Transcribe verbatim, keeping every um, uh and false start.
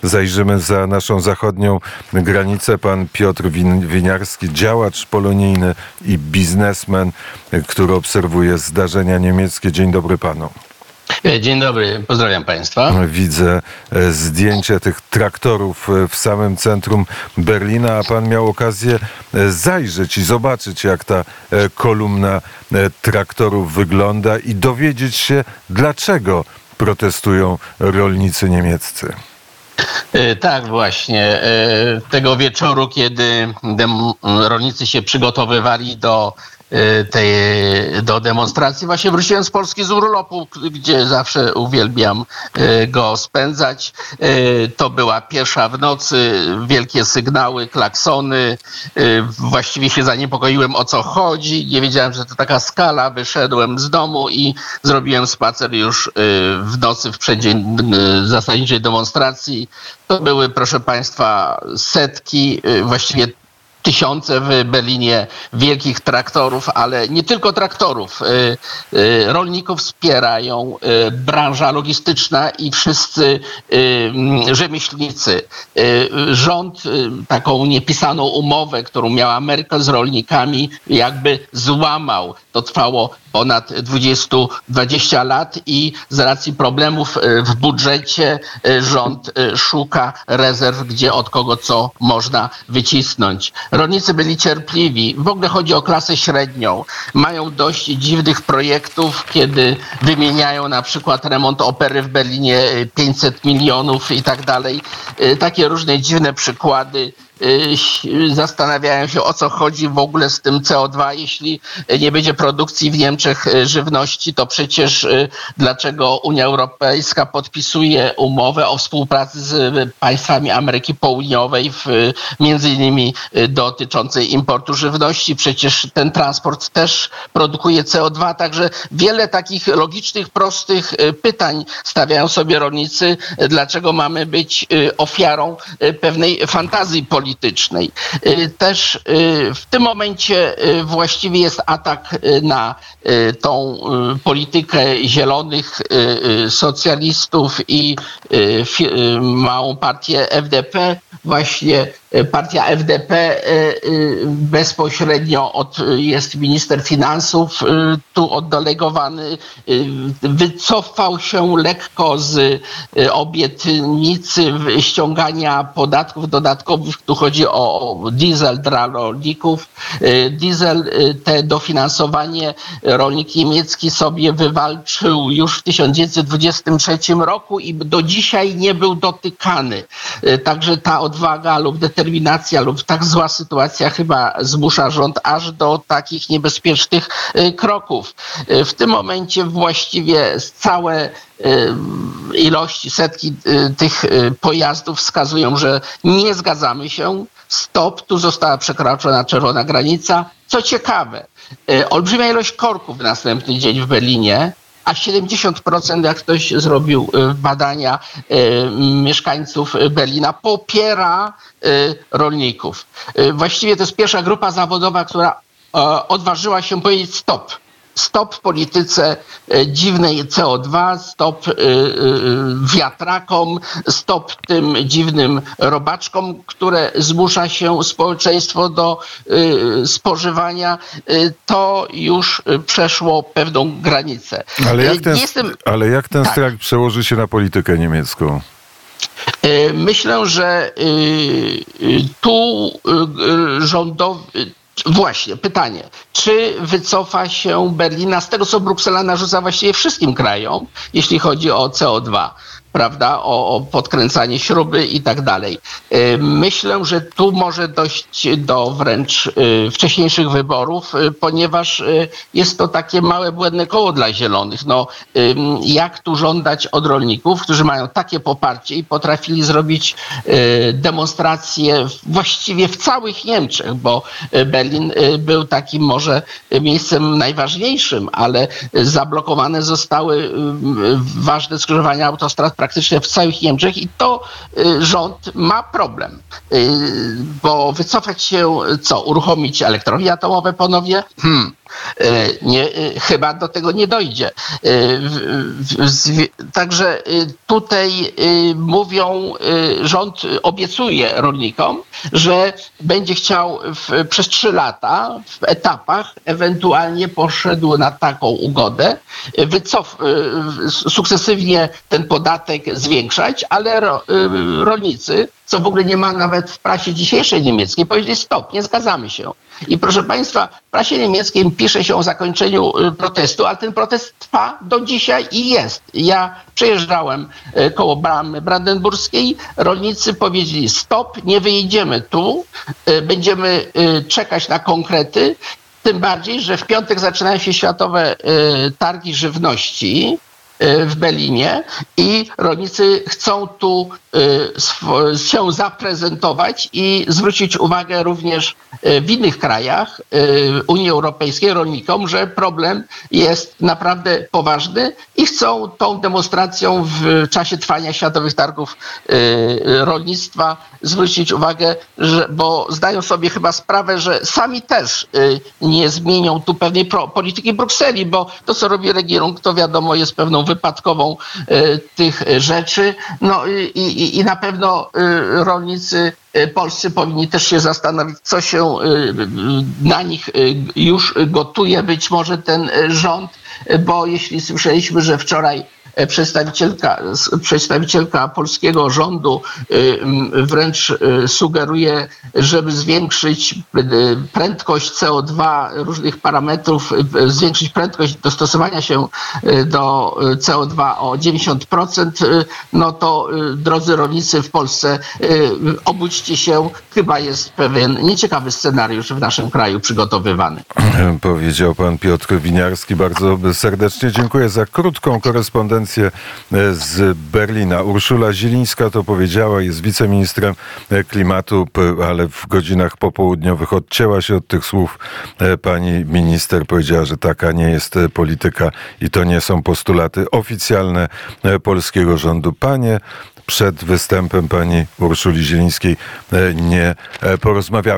zajrzymy za naszą zachodnią granicę. Pan Piotr Win- Winiarski, działacz polonijny i biznesmen, który obserwuje zdarzenia niemieckie. Dzień dobry panu. Dzień dobry, pozdrawiam państwa. Widzę zdjęcie tych traktorów w samym centrum Berlina, a pan miał okazję zajrzeć i zobaczyć, jak ta kolumna traktorów wygląda i dowiedzieć się, dlaczego protestują rolnicy niemieccy. Tak, właśnie. Tego wieczoru, kiedy dem- rolnicy się przygotowywali do tej, do demonstracji, właśnie wróciłem z Polski z urlopu, gdzie zawsze uwielbiam go spędzać. To była pierwsza w nocy, wielkie sygnały, klaksony. Właściwie się zaniepokoiłem, o co chodzi. Nie wiedziałem, że to taka skala. Wyszedłem z domu i zrobiłem spacer już w nocy w przeddzień zasadniczej demonstracji. To były, proszę państwa, setki, właściwie tysiące w Berlinie wielkich traktorów, ale nie tylko traktorów. Rolników wspierają branża logistyczna i wszyscy rzemieślnicy. Rząd taką niepisaną umowę, którą miała Merkel z rolnikami, jakby złamał. To trwało ponad dwadzieścia, dwadzieścia lat i z racji problemów w budżecie rząd szuka rezerw, gdzie od kogo co można wycisnąć. Rolnicy byli cierpliwi. W ogóle chodzi o klasę średnią. Mają dość dziwnych projektów, kiedy wymieniają na przykład remont opery w Berlinie pięćset milionów i tak dalej. Takie różne dziwne przykłady. Zastanawiają się, o co chodzi w ogóle z tym C O dwa. Jeśli nie będzie produkcji w Niemczech żywności, to przecież dlaczego Unia Europejska podpisuje umowę o współpracy z państwami Ameryki Południowej, w, między innymi dotyczącej importu żywności? Przecież ten transport też produkuje C O dwa. Także wiele takich logicznych, prostych pytań stawiają sobie rolnicy. Dlaczego mamy być ofiarą pewnej fantazji politycznej? politycznej. Też w tym momencie właściwie jest atak na tą politykę zielonych socjalistów i małą partię F D P. Właśnie partia F D P bezpośrednio od, jest minister finansów tu oddelegowany, wycofał się lekko z obietnicy ściągania podatków dodatkowych. Tu chodzi o diesel dla rolników. Diesel, te dofinansowanie rolnik niemiecki sobie wywalczył już w tysiąc dziewięćset dwudziestym trzecim roku i do dzisiaj nie był dotykany. Także ta odwaga lub determinacja lub tak zła sytuacja chyba zmusza rząd aż do takich niebezpiecznych kroków. W tym momencie właściwie całe ilości, setki tych pojazdów wskazują, że nie zgadzamy się. Stop, tu została przekroczona czerwona granica. Co ciekawe, olbrzymia ilość korków w następny dzień w Berlinie, a siedemdziesiąt procent, jak ktoś zrobił badania mieszkańców Berlina, popiera rolników. Właściwie to jest pierwsza grupa zawodowa, która odważyła się powiedzieć stop. Stop polityce dziwnej C O dwa, stop wiatrakom, stop tym dziwnym robaczkom, które zmusza się społeczeństwo do spożywania. To już przeszło pewną granicę. Ale jak ten, Jestem... ale jak ten tak. strajk przełoży się na politykę niemiecką? Myślę, że tu rządowy... Właśnie, pytanie. Czy wycofa się Berlina z tego, co Bruksela narzuca właściwie wszystkim krajom, jeśli chodzi o C O dwa? Prawda, o, o podkręcanie śruby i tak dalej. Myślę, że tu może dojść do wręcz wcześniejszych wyborów, ponieważ jest to takie małe błędne koło dla zielonych. No, jak tu żądać od rolników, którzy mają takie poparcie i potrafili zrobić demonstracje właściwie w całych Niemczech, bo Berlin był takim może miejscem najważniejszym, ale zablokowane zostały ważne skrzyżowania autostrad praktycznie w całych Niemczech i to y, rząd ma problem, y, bo wycofać się, co, uruchomić elektrownie atomowe ponownie? Hmm. Nie, chyba do tego nie dojdzie. Także tutaj mówią, rząd obiecuje rolnikom, że będzie chciał w, przez trzy lata w etapach ewentualnie poszedł na taką ugodę, wycof, sukcesywnie ten podatek zwiększać, ale ro, rolnicy, co w ogóle nie ma nawet w prasie dzisiejszej niemieckiej, powiedzieli stop, nie zgadzamy się. I proszę Państwa, w prasie niemieckiej pisze się o zakończeniu protestu, ale ten protest trwa do dzisiaj i jest. Ja przejeżdżałem koło bramy brandenburskiej, rolnicy powiedzieli stop, nie wyjedziemy tu, będziemy czekać na konkrety, tym bardziej, że w piątek zaczynają się światowe targi żywności w Berlinie i rolnicy chcą tu się zaprezentować i zwrócić uwagę również w innych krajach Unii Europejskiej rolnikom, że problem jest naprawdę poważny i chcą tą demonstracją w czasie trwania Światowych Targów Rolnictwa zwrócić uwagę, że, bo zdają sobie chyba sprawę, że sami też nie zmienią tu pewnej polityki Brukseli, bo to, co robi Regierung, to wiadomo jest pewną wypadkową tych rzeczy. No i, i, i na pewno rolnicy polscy powinni też się zastanowić, co się na nich już gotuje, być może ten rząd, bo jeśli słyszeliśmy, że wczoraj Przedstawicielka, przedstawicielka polskiego rządu wręcz sugeruje, żeby zwiększyć prędkość C O dwa różnych parametrów, zwiększyć prędkość dostosowania się do C O dwa o dziewięćdziesiąt procent, no to drodzy rolnicy w Polsce, obudźcie się, chyba jest pewien nieciekawy scenariusz w naszym kraju przygotowywany. Powiedział pan Piotr Winiarski. Bardzo serdecznie dziękuję za krótką korespondencję z Berlina. Urszula Zielińska to powiedziała, jest wiceministrem klimatu, ale w godzinach popołudniowych odcięła się od tych słów. Pani minister powiedziała, że taka nie jest polityka i to nie są postulaty oficjalne polskiego rządu. Panie, przed występem pani Urszuli Zielińskiej nie porozmawiały.